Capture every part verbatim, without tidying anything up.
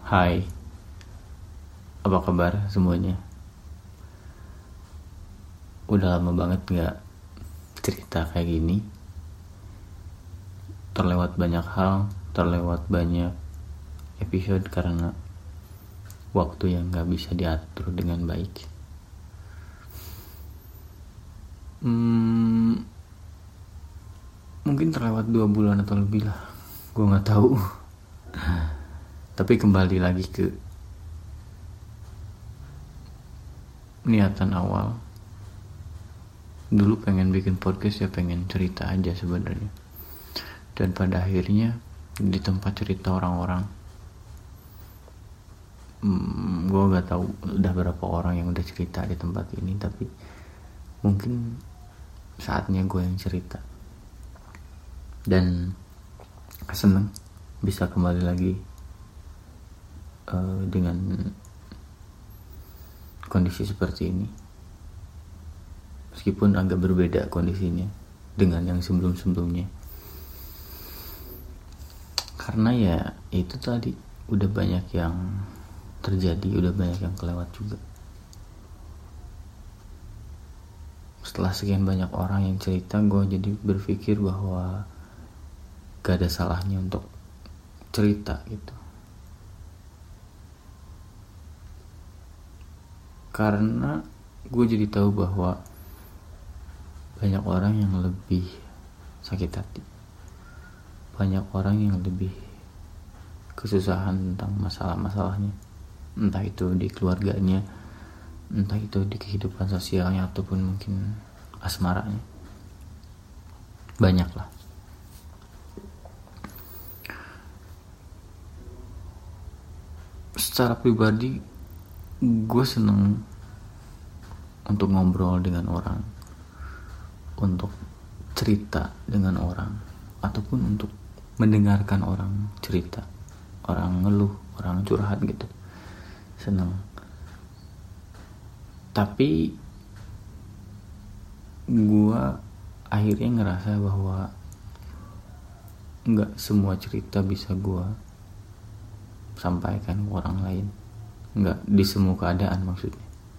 Hai, apa kabar semuanya? Udah lama banget gak cerita kayak gini. Terlewat banyak hal, terlewat banyak episode karena waktu yang gak bisa diatur dengan baik. Hmm, mungkin terlewat dua bulan atau lebih lah, gue gak tahu. Tapi kembali lagi ke niatan awal. Dulu pengen bikin podcast ya pengen cerita aja sebenarnya. Dan pada akhirnya di tempat cerita orang-orang, hmm, gue gak tahu udah berapa orang yang udah cerita di tempat ini, tapi mungkin saatnya gue yang cerita. Dan seneng bisa kembali lagi uh, dengan kondisi seperti ini, meskipun agak berbeda kondisinya dengan yang sebelum-sebelumnya. Karena ya itu tadi udah banyak yang terjadi, udah banyak yang kelewat juga. Setelah sekian banyak orang yang cerita, gue jadi berpikir bahwa gak ada salahnya untuk cerita gitu. Karena gue jadi tahu bahwa banyak orang yang lebih sakit hati, banyak orang yang lebih kesusahan tentang masalah-masalahnya, entah itu di keluarganya, entah itu di kehidupan sosialnya, ataupun mungkin asmaranya. Banyak lah. Secara pribadi gue seneng untuk ngobrol dengan orang, untuk cerita dengan orang, ataupun untuk mendengarkan orang cerita, orang ngeluh, orang curhat gitu. Seneng. Tapi gue akhirnya ngerasa bahwa gak semua cerita bisa gue sampaikan ke orang lain. Gak di semua keadaan maksudnya.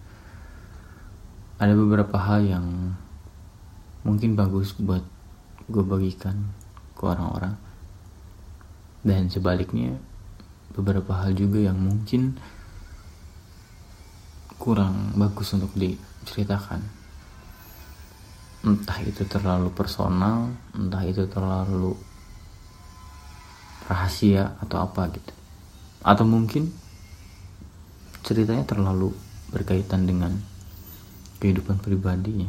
Ada beberapa hal yang mungkin bagus buat gue bagikan ke orang-orang, dan sebaliknya beberapa hal juga yang mungkin kurang bagus untuk diceritakan. Entah itu terlalu personal, entah itu terlalu rahasia atau apa gitu, atau mungkin ceritanya terlalu berkaitan dengan kehidupan pribadinya.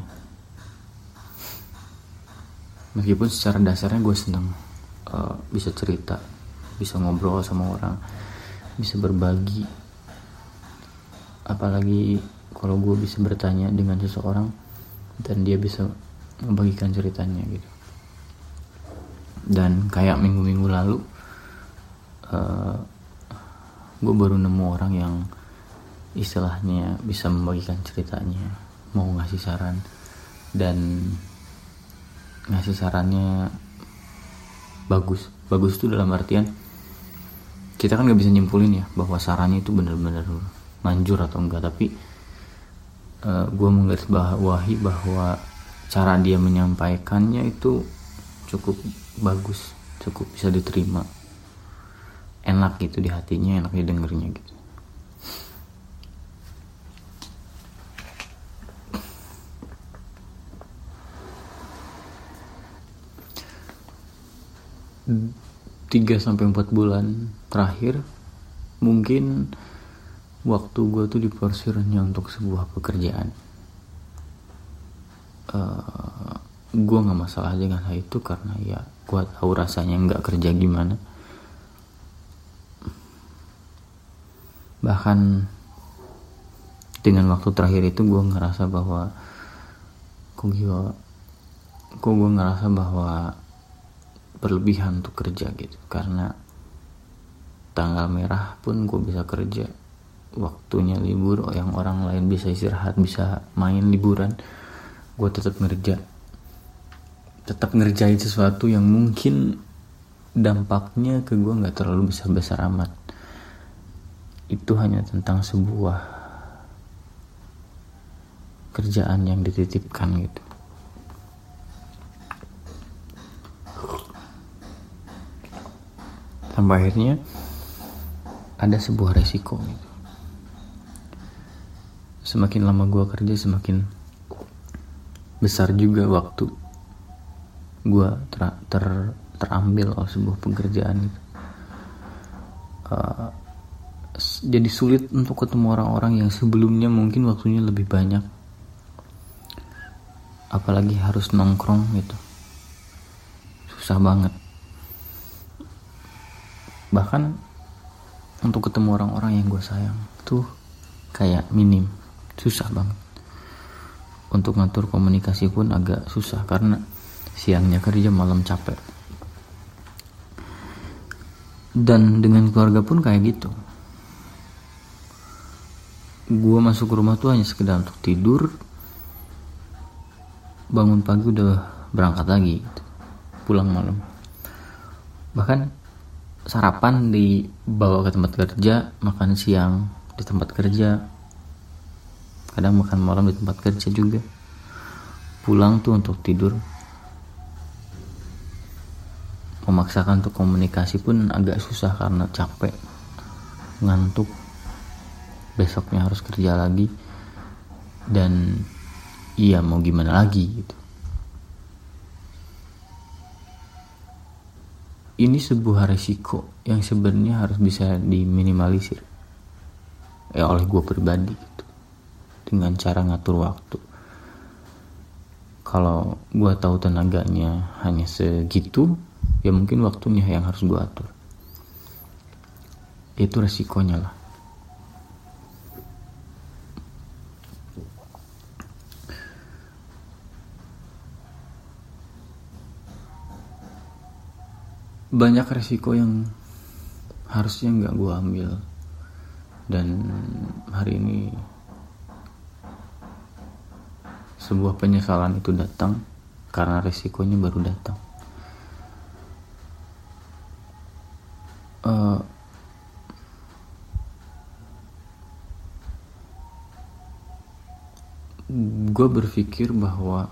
Meskipun secara dasarnya gue senang uh, bisa cerita, bisa ngobrol sama orang, bisa berbagi. Apalagi kalau gue bisa bertanya dengan seseorang dan dia bisa membagikan ceritanya gitu. Dan kayak minggu-minggu lalu uh, gue baru nemu orang yang istilahnya bisa membagikan ceritanya, mau ngasih saran, dan ngasih sarannya bagus. Bagus itu dalam artian kita kan gak bisa nyimpulin ya bahwa sarannya itu benar-benar manjur atau enggak, tapi uh, gue menggarisbawahi bahwa cara dia menyampaikannya itu cukup bagus, cukup bisa diterima, enak gitu di hatinya, enak didengarnya gitu. tiga sampai empat bulan terakhir mungkin waktu gue tuh diporsirnya untuk sebuah pekerjaan. uh, gue gak masalah dengan hal itu karena ya gue tahu rasanya gak kerja gimana. Bahkan dengan waktu terakhir itu gue ngerasa bahwa kok gue kok gue ngerasa bahwa berlebihan untuk kerja gitu, karena tanggal merah pun gue bisa kerja, waktunya libur yang orang lain bisa istirahat, bisa main liburan, gue tetap ngerja, tetap ngerjain sesuatu yang mungkin dampaknya ke gue nggak terlalu besar-besar amat. itu hanya tentang sebuah kerjaan yang dititipkan gitu. Sampai akhirnya ada sebuah resiko gitu. Semakin lama gue kerja, semakin besar juga waktu gue ter, ter, terambil oleh sebuah pekerjaan gitu. Uh, jadi sulit untuk ketemu orang-orang yang sebelumnya mungkin waktunya lebih banyak, apalagi harus nongkrong gitu, susah banget. Bahkan untuk ketemu orang-orang yang gue sayang tuh kayak minim, susah banget. Untuk ngatur komunikasi pun agak susah karena siangnya kerja, malam capek. Dan dengan keluarga pun kayak gitu. Gue masuk ke rumah tuh hanya sekedar untuk tidur, bangun pagi udah berangkat lagi gitu. Pulang malam. Bahkan sarapan dibawa ke tempat kerja, makan siang di tempat kerja, kadang makan malam di tempat kerja juga. Pulang tuh untuk tidur. Memaksakan untuk komunikasi pun agak susah karena capek, ngantuk, besoknya harus kerja lagi, dan iya mau gimana lagi gitu. Ini sebuah resiko yang sebenarnya harus bisa diminimalisir ya oleh gue pribadi gitu, dengan cara ngatur waktu. Kalau gue tahu tenaganya hanya segitu, ya mungkin waktunya yang harus gue atur. Itu resikonya lah. Banyak resiko yang harusnya gak gue ambil, dan hari ini sebuah penyesalan itu datang karena resikonya baru datang. uh, Gue berpikir bahwa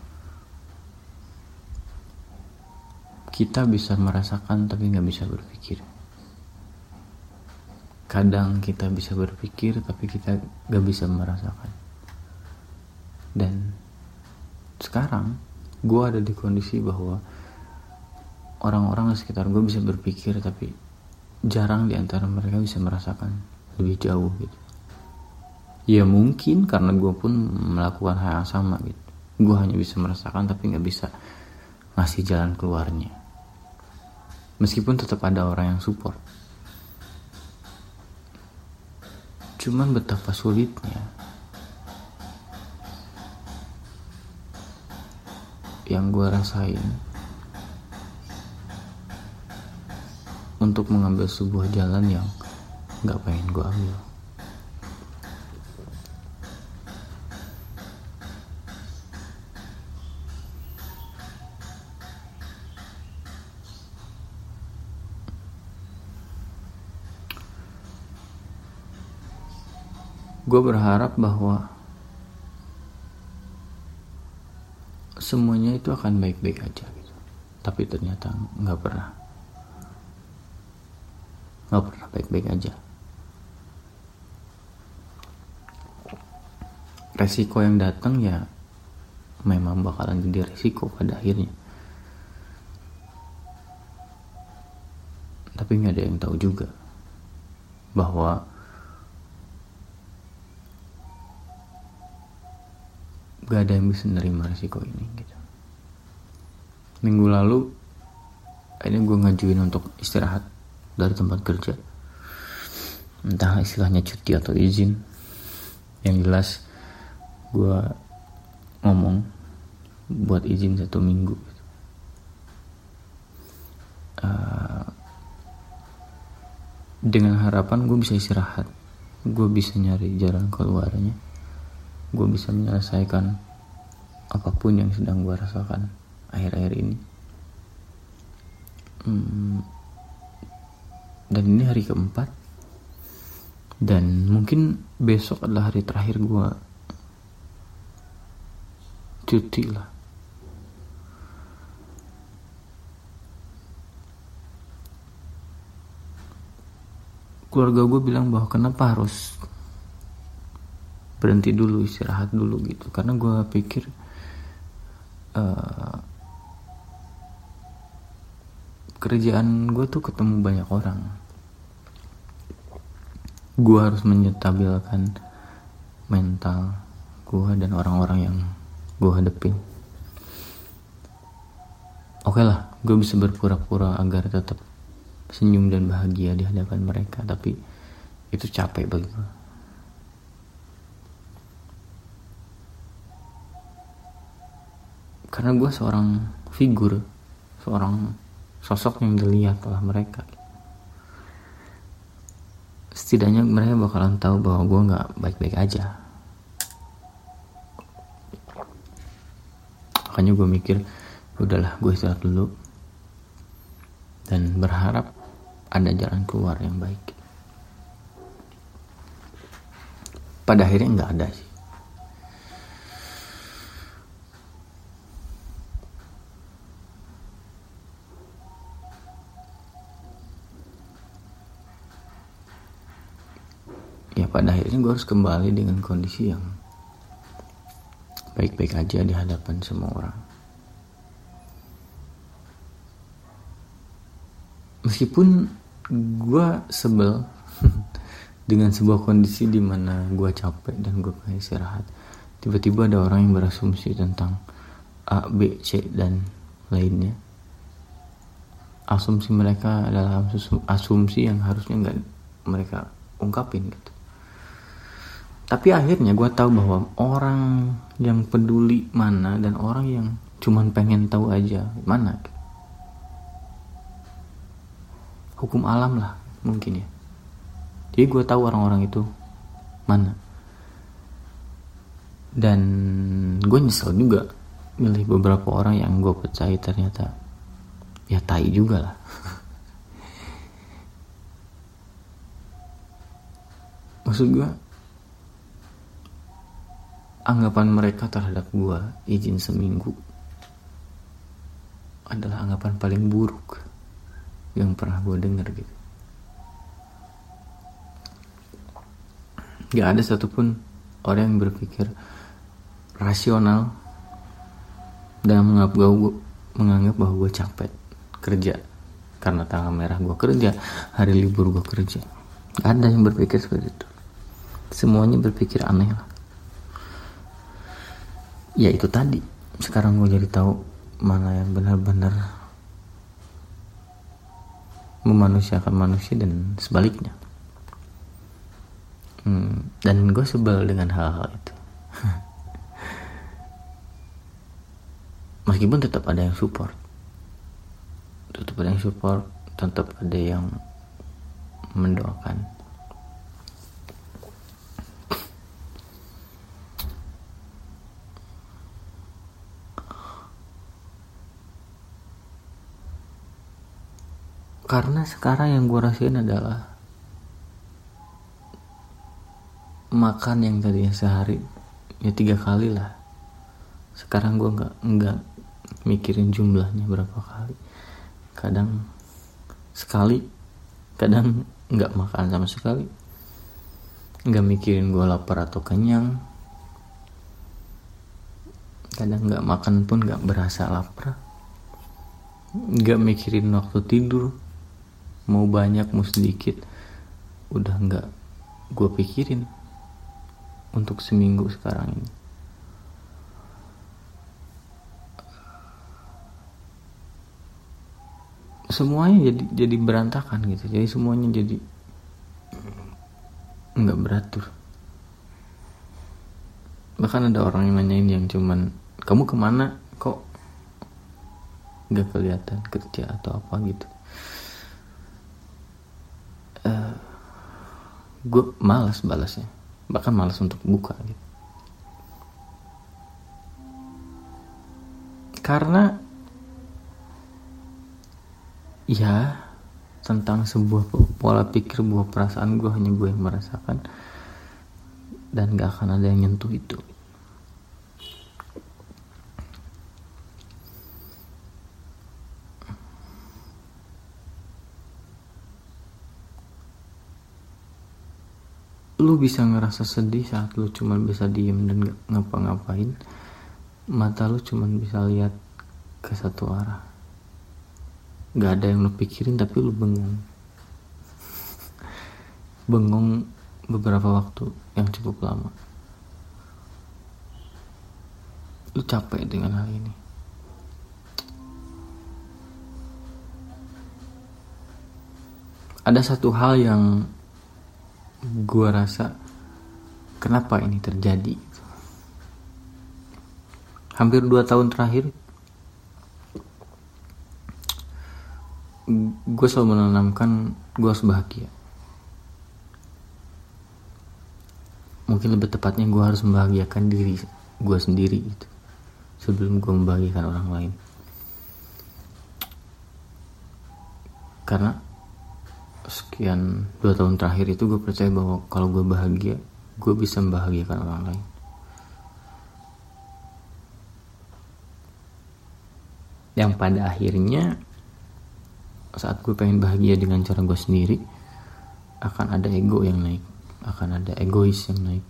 kita bisa merasakan tapi gak bisa berpikir. Kadang kita bisa berpikir tapi kita gak bisa merasakan. Dan sekarang gue ada di kondisi bahwa orang-orang di sekitar gue bisa berpikir tapi jarang di antara mereka bisa merasakan lebih jauh gitu. Ya mungkin karena gue pun melakukan hal yang sama gitu. Gue hanya bisa merasakan tapi gak bisa ngasih jalan keluarnya. Meskipun tetap ada orang yang support. Cuman betapa sulitnya yang gue rasain untuk mengambil sebuah jalan yang gak pengen gue ambil. Gue berharap bahwa semuanya itu akan baik-baik aja gitu. Tapi ternyata gak pernah Gak pernah baik-baik aja. Resiko yang datang ya memang bakalan jadi resiko pada akhirnya. Tapi gak ada yang tahu juga bahwa gak ada yang bisa nerima resiko ini gitu. Minggu lalu akhirnya gue ngajuin untuk istirahat dari tempat kerja, entah istilahnya cuti atau izin. Yang jelas gue ngomong buat izin satu minggu gitu. uh, dengan harapan gue bisa istirahat, gue bisa nyari jalan keluarnya, gue bisa menyelesaikan apapun yang sedang gue rasakan akhir-akhir ini. hmm, Dan ini hari keempat Dan mungkin besok adalah hari terakhir gue cuti lah. Keluarga gue bilang bahwa kenapa harus berhenti dulu, istirahat dulu gitu. Karena gue pikir uh, kerjaan gue tuh ketemu banyak orang. Gue harus menstabilkan mental gue dan orang-orang yang gue hadepin. Oke lah, gue bisa berpura-pura agar tetap senyum dan bahagia di hadapan mereka, tapi itu capek bagi gue. Karena gue seorang figur, seorang sosok yang dilihat oleh mereka. Setidaknya mereka bakalan tahu bahwa gue gak baik-baik aja. Makanya gue mikir, udahlah gue istirahat dulu dan berharap ada jalan keluar yang baik. Pada akhirnya gak ada sih. Ya pada akhirnya gue harus kembali dengan kondisi yang baik-baik aja di hadapan semua orang. Meskipun gue sebel dengan sebuah kondisi di mana gue capek dan gue pengen istirahat, tiba-tiba ada orang yang berasumsi tentang A, B, C dan lainnya. Asumsi mereka adalah asumsi yang harusnya nggak mereka ungkapin gitu. Tapi akhirnya gue tahu bahwa orang yang peduli mana dan orang yang cuman pengen tahu aja mana. Hukum alam lah mungkin ya. Jadi gue tahu orang-orang itu mana. Dan gue nyesel juga milih beberapa orang yang gue percaya ternyata ya tai juga lah. Maksud gue, anggapan mereka terhadap gue izin seminggu adalah anggapan paling buruk yang pernah gue dengar gitu. Gak ada satupun orang yang berpikir rasional dan menganggap gue, menganggap bahwa gue capek kerja karena tanggal merah gue kerja, hari libur gue kerja. Gak ada yang berpikir seperti itu. Semuanya berpikir aneh lah. Ya itu tadi. Sekarang gue jadi tahu mana yang benar-benar memanusiakan manusia dan sebaliknya. Hmm, dan gue sebel dengan hal-hal itu. Meskipun tetap ada yang support, tetap ada yang support, tetap ada yang mendoakan. Karena sekarang yang gue rasain adalah makan yang tadinya sehari ya tiga kali lah. Sekarang gue nggak nggak mikirin jumlahnya berapa kali. Kadang sekali, kadang nggak makan sama sekali. Nggak mikirin gue lapar atau kenyang. Kadang nggak makan pun nggak berasa lapar. Nggak mikirin waktu tidur. Mau banyak mau sedikit udah nggak gue pikirin untuk seminggu sekarang ini. Semuanya jadi jadi berantakan gitu. Jadi semuanya jadi nggak beratur. Bahkan ada orang yang nanyain yang cuman, kamu kemana kok nggak kelihatan kerja atau apa gitu. Uh, gue malas balasnya, bahkan malas untuk buka gitu. Karena ya tentang sebuah pola pikir, sebuah perasaan gue, hanya gue yang merasakan, dan gak akan ada yang nyentuh itu. Lu bisa ngerasa sedih saat lu cuman bisa diem dan gak ngapa-ngapain. Mata lu cuman bisa lihat ke satu arah, gak ada yang lu pikirin, tapi lu bengong. Bengong beberapa waktu yang cukup lama. Lu capek dengan hal ini. Ada satu hal yang gue rasa kenapa ini terjadi. Hampir dua tahun terakhir gue selalu menanamkan gue harus bahagia. Mungkin lebih tepatnya gue harus membahagiakan diri gue sendiri gitu, sebelum gue membahagiakan orang lain. Karena sekian dua tahun terakhir itu gue percaya bahwa kalau gue bahagia, gue bisa membahagiakan orang lain. Yang pada akhirnya saat gue pengen bahagia dengan cara gue sendiri, akan ada ego yang naik, akan ada egois yang naik.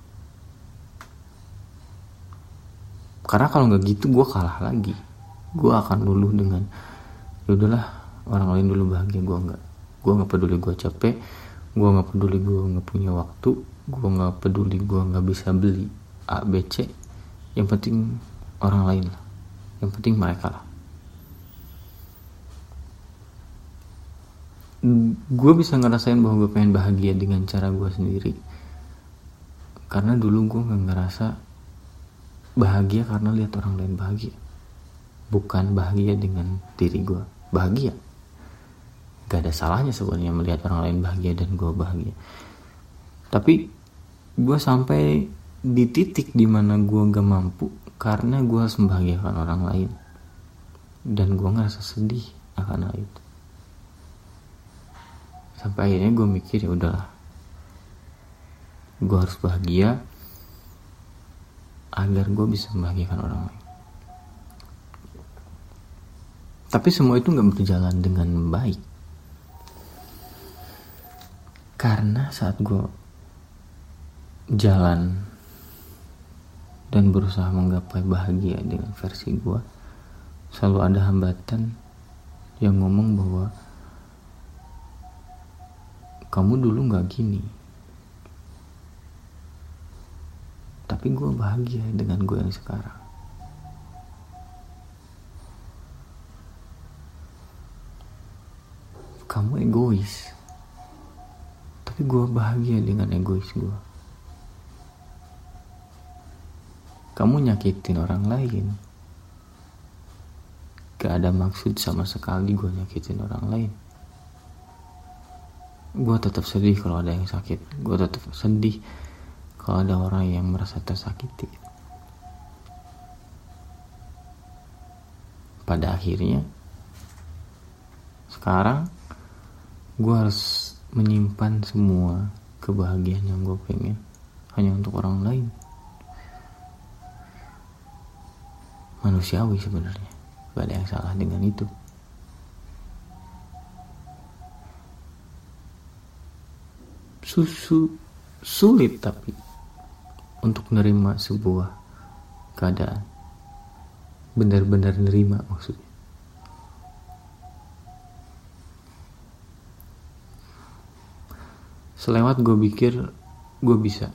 Karena kalau nggak gitu gue kalah lagi. Gue akan luluh dengan yaudahlah orang lain dulu bahagia, gue nggak. Gue nggak peduli gue capek, gue nggak peduli gue nggak punya waktu, gue nggak peduli gue nggak bisa beli A B C. Yang penting orang lain lah, yang penting mereka lah. Gue bisa ngerasain bahwa gue pengen bahagia dengan cara gue sendiri, karena dulu gue nggak ngerasa bahagia karena lihat orang lain bahagia. Bukan bahagia dengan diri gue bahagia. Gak ada salahnya sebenarnya melihat orang lain bahagia dan gue bahagia. Tapi gue sampai di titik dimana gue gak mampu karena gue harus membahagiakan orang lain, dan gue ngerasa sedih akan hal itu. Sampai akhirnya gue mikir ya udahlah, gue harus bahagia agar gue bisa membahagiakan orang lain. Tapi semua itu gak berjalan dengan baik. Karena saat gue jalan dan berusaha menggapai bahagia dengan versi gue, selalu ada hambatan yang ngomong bahwa kamu dulu gak gini. Tapi gue bahagia dengan gue yang sekarang. Kamu egois, tapi gue bahagia dengan egois gue. Kamu nyakitin orang lain, gak ada maksud sama sekali gue nyakitin orang lain. Gue tetap sedih kalau ada yang sakit. Gue tetap sedih kalau ada orang yang merasa tersakiti. Pada akhirnya sekarang gue harus menyimpan semua kebahagiaan yang gue pengen hanya untuk orang lain. Manusiawi sebenarnya, gak ada yang salah dengan itu. Susu sulit tapi untuk menerima sebuah keadaan, benar-benar nerima maksudnya. Selewat gue pikir gue bisa,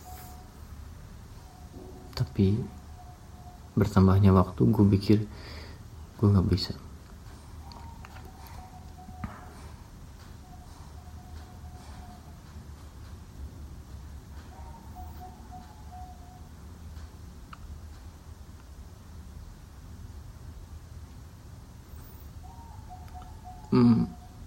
tapi bertambahnya waktu gue pikir gue gak bisa. Hmm.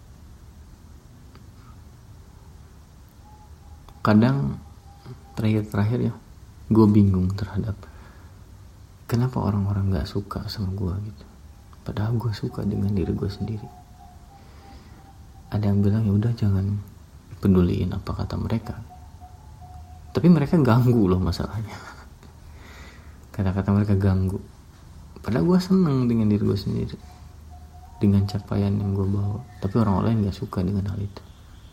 Kadang terakhir-terakhir ya, gue bingung terhadap kenapa orang-orang gak suka sama gue gitu. Padahal gue suka dengan diri gue sendiri. ada yang bilang ya udah jangan peduliin apa kata mereka, tapi mereka ganggu loh masalahnya. Kata-kata mereka ganggu, padahal gue seneng dengan diri gue sendiri, dengan capaian yang gue bawa, tapi orang lain gak suka dengan hal itu.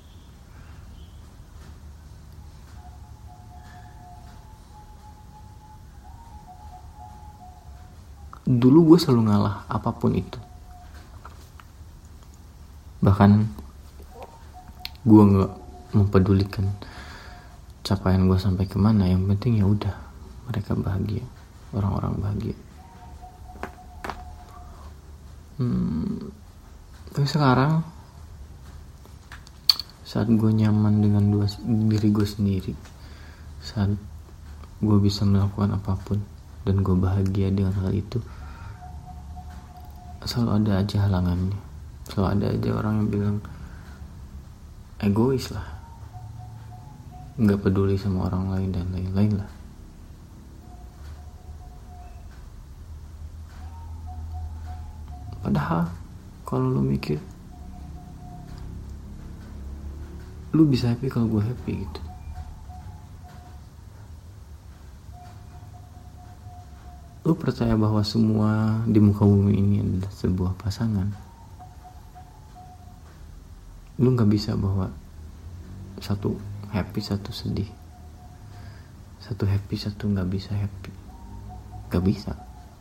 Dulu gue selalu ngalah apapun itu, bahkan gue nggak mempedulikan capaian gue sampai kemana, yang penting ya udah mereka bahagia, orang-orang bahagia. Hmm, tapi sekarang saat gue nyaman dengan dua, diri gue sendiri, saat gue bisa melakukan apapun dan gue bahagia dengan hal itu, selalu ada aja halangannya, selalu ada aja orang yang bilang egois lah, nggak peduli sama orang lain dan lain-lain lah. Padahal kalau lu mikir, lu bisa happy kalau gue happy gitu. Lu percaya bahwa semua di muka bumi ini adalah sebuah pasangan. Lu gak bisa bahwa satu happy, satu sedih, satu happy, satu gak bisa happy. Gak bisa.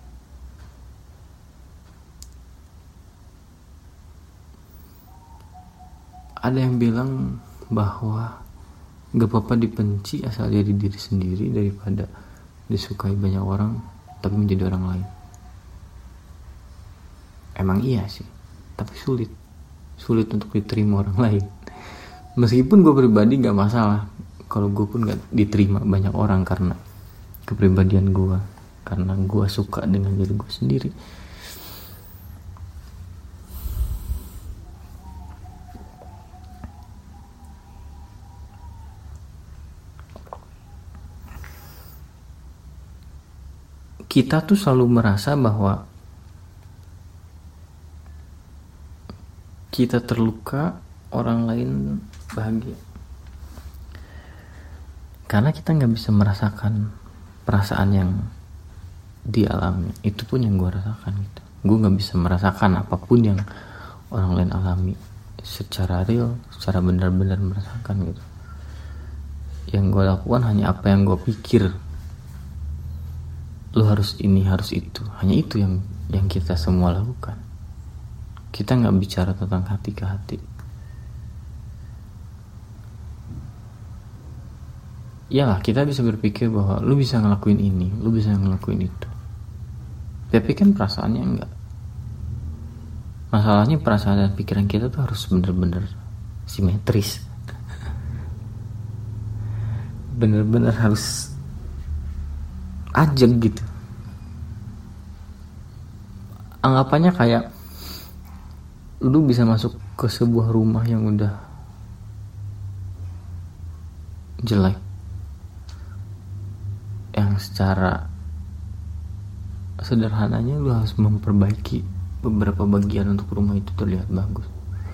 Ada yang bilang bahwa gak apa-apa dibenci asal jadi diri sendiri daripada disukai banyak orang tapi menjadi orang lain. Emang iya sih, tapi sulit sulit untuk diterima orang lain. Meskipun gue pribadi gak masalah kalau gue pun gak diterima banyak orang karena kepribadian gue, karena gue suka dengan diri gue sendiri. Kita tuh selalu merasa bahwa kita terluka, orang lain bahagia, karena kita gak bisa merasakan perasaan yang dialami. Itu pun yang gue rasakan gitu. Gue gak bisa merasakan apapun yang orang lain alami secara real, secara benar-benar merasakan gitu. Yang gue lakukan hanya apa yang gue pikir. Lu harus ini, harus itu. Hanya itu yang yang kita semua lakukan. Kita gak bicara tentang hati ke hati. Iyalah, kita bisa berpikir bahwa lu bisa ngelakuin ini, lu bisa ngelakuin itu. Tapi kan perasaannya enggak. Masalahnya perasaan dan pikiran kita tuh harus bener-bener simetris. Bener-bener harus ajeg gitu. Anggapannya kayak lu bisa masuk ke sebuah rumah yang udah jelek, yang secara sederhananya lu harus memperbaiki beberapa bagian untuk rumah itu terlihat bagus.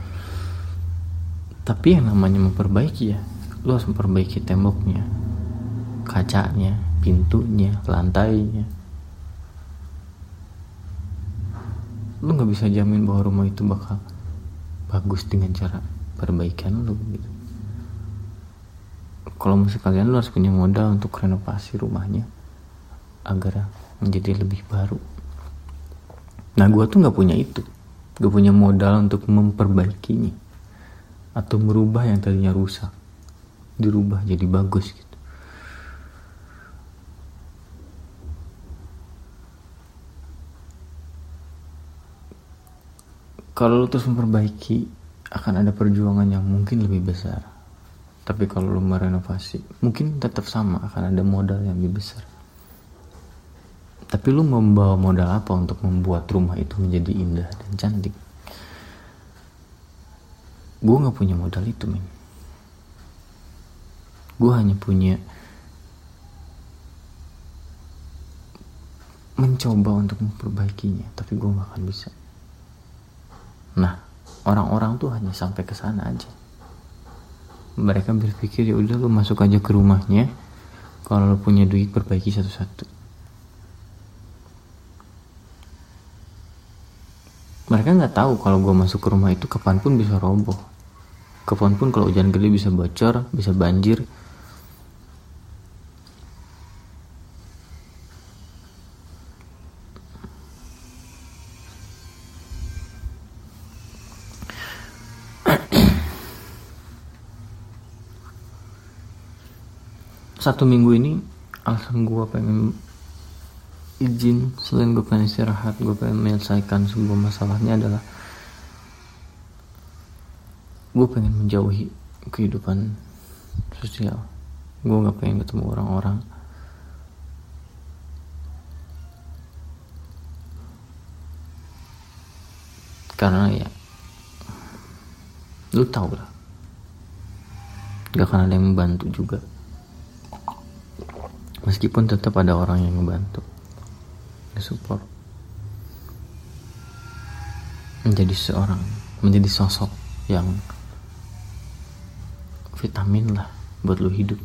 Tapi yang namanya memperbaiki ya, lu harus memperbaiki temboknya, kacanya, pintunya, lantainya. Lu gak bisa jamin bahwa rumah itu bakal bagus dengan cara perbaikan lu gitu. Kalau mesti kalian, lu harus punya modal untuk renovasi rumahnya agar menjadi lebih baru. Nah gue tuh gak punya itu, gak punya modal untuk memperbaikinya atau merubah yang tadinya rusak, dirubah jadi bagus gitu. Kalau lu terus memperbaiki, akan ada perjuangan yang mungkin lebih besar. Tapi kalau lu merenovasi, mungkin tetap sama, akan ada modal yang lebih besar. Tapi lu membawa modal apa untuk membuat rumah itu menjadi indah dan cantik? Gue gak punya modal itu, men. Gue hanya punya mencoba untuk memperbaikinya, tapi gue gak akan bisa. Nah, orang-orang tuh hanya sampai ke sana aja. Mereka berpikir ya udah lu masuk aja ke rumahnya, kalau lu punya duit perbaiki satu-satu. Mereka nggak tahu kalau gue masuk ke rumah itu kapanpun bisa roboh, kapanpun kalau hujan gede bisa bocor, bisa banjir. Satu minggu ini alasan gue pengen izin, selain gue pengen istirahat, gue pengen menyelesaikan sebuah masalahnya adalah gue pengen menjauhi kehidupan sosial. Gue gak pengen ketemu orang-orang. Karena ya lu tau lah, gak akan ada yang membantu juga. Meskipun tetap ada orang yang membantu, support, menjadi seorang, menjadi sosok yang vitamin lah buat lu hidup.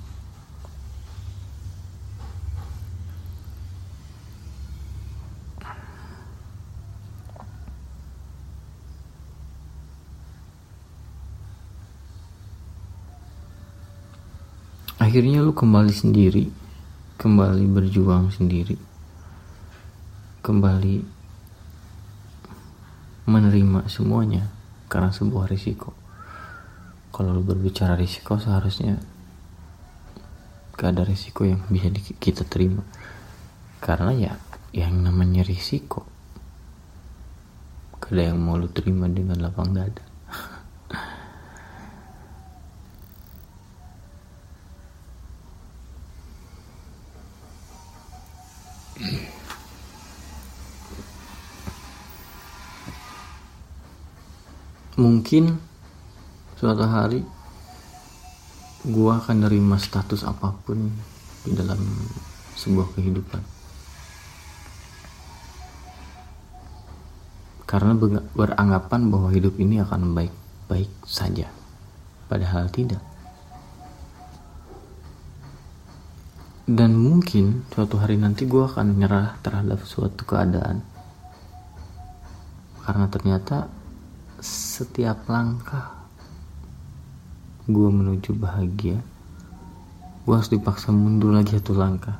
Akhirnya lu kembali sendiri, kembali berjuang sendiri, kembali menerima semuanya karena sebuah risiko. Kalau lu berbicara risiko, seharusnya gak ada risiko yang bisa di, kita terima. Karena ya yang namanya risiko, gak ada yang mau lu terima dengan lapang dada. Mungkin suatu hari gue akan nerima status apapun di dalam sebuah kehidupan, karena beranggapan bahwa hidup ini akan baik-baik saja, padahal tidak. Dan mungkin suatu hari nanti gue akan menyerah terhadap suatu keadaan, karena ternyata setiap langkah gue menuju bahagia, gue harus dipaksa mundur lagi satu langkah,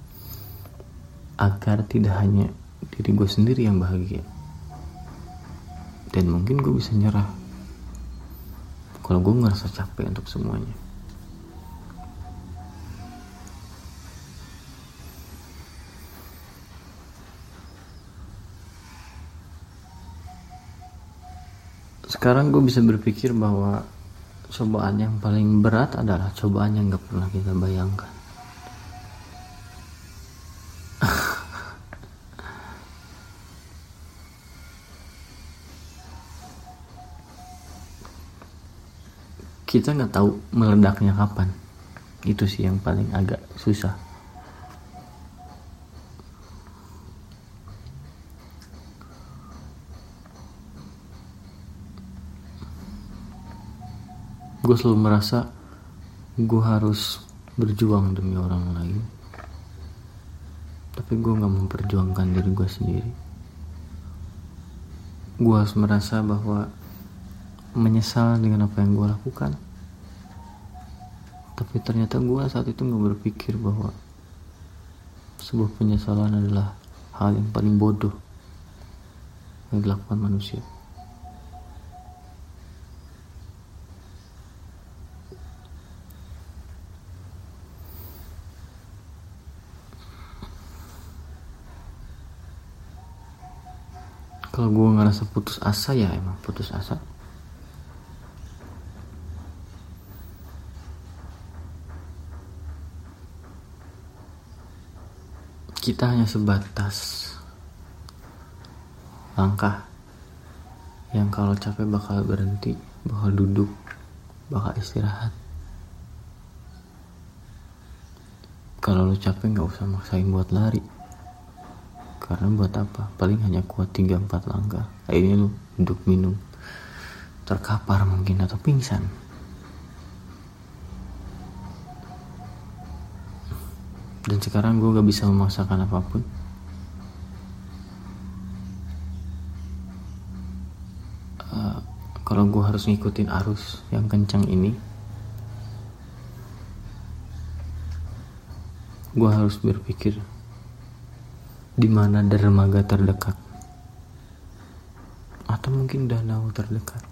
agar tidak hanya diri gue sendiri yang bahagia. Dan mungkin gue bisa nyerah kalau gue ngerasa capek untuk semuanya. Sekarang gue bisa berpikir bahwa cobaan yang paling berat adalah cobaan yang gak pernah kita bayangkan. Kita gak tahu meledaknya kapan. Itu sih yang paling agak susah. Gue selalu merasa gue harus berjuang demi orang lain, tapi gue gak memperjuangkan diri gue sendiri. Gue harus merasa bahwa menyesal dengan apa yang gue lakukan, tapi ternyata gue saat itu gak berpikir bahwa sebuah penyesalan adalah hal yang paling bodoh yang dilakukan manusia. Kalau gue ngerasa putus asa, ya emang putus asa. Kita hanya sebatas langkah yang kalau capek bakal berhenti, bakal duduk, bakal istirahat. Kalau lu capek gak usah maksain buat lari, karena buat apa? Paling hanya kuat tiga empat langkah. Akhirnya lu duduk minum, terkapar mungkin atau pingsan. Dan sekarang gue gak bisa memaksakan apapun. Uh, kalau gue harus ngikutin arus yang kencang ini, gue harus berpikir di mana dermaga terdekat atau mungkin danau terdekat.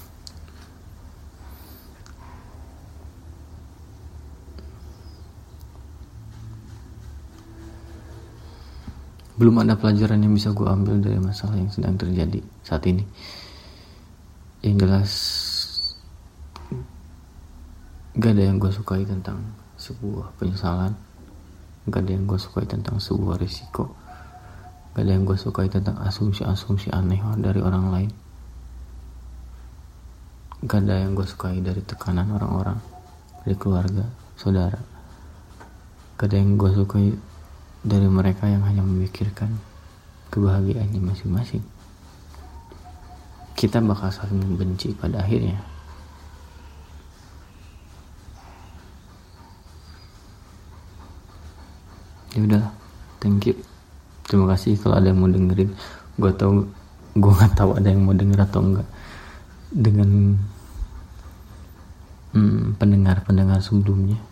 Belum ada pelajaran yang bisa gue ambil dari masalah yang sedang terjadi saat ini. Yang jelas gak ada yang gue sukai tentang sebuah penyesalan, gak ada yang gue sukai tentang sebuah risiko, gak ada yang gue sukai tentang asumsi-asumsi aneh dari orang lain, gak ada yang gue sukai dari tekanan orang-orang, dari keluarga, saudara. Gak ada yang gue sukai dari mereka yang hanya memikirkan kebahagiaannya masing-masing. Kita bakal saling membenci pada akhirnya. Ya udah, thank you. Terima kasih kalau ada yang mau dengerin. Gue tau, gue nggak tahu ada yang mau denger atau enggak. Dengan hmm, pendengar-pendengar sebelumnya.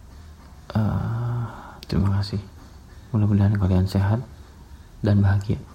Uh, terima kasih. Mudah-mudahan kalian sehat dan bahagia.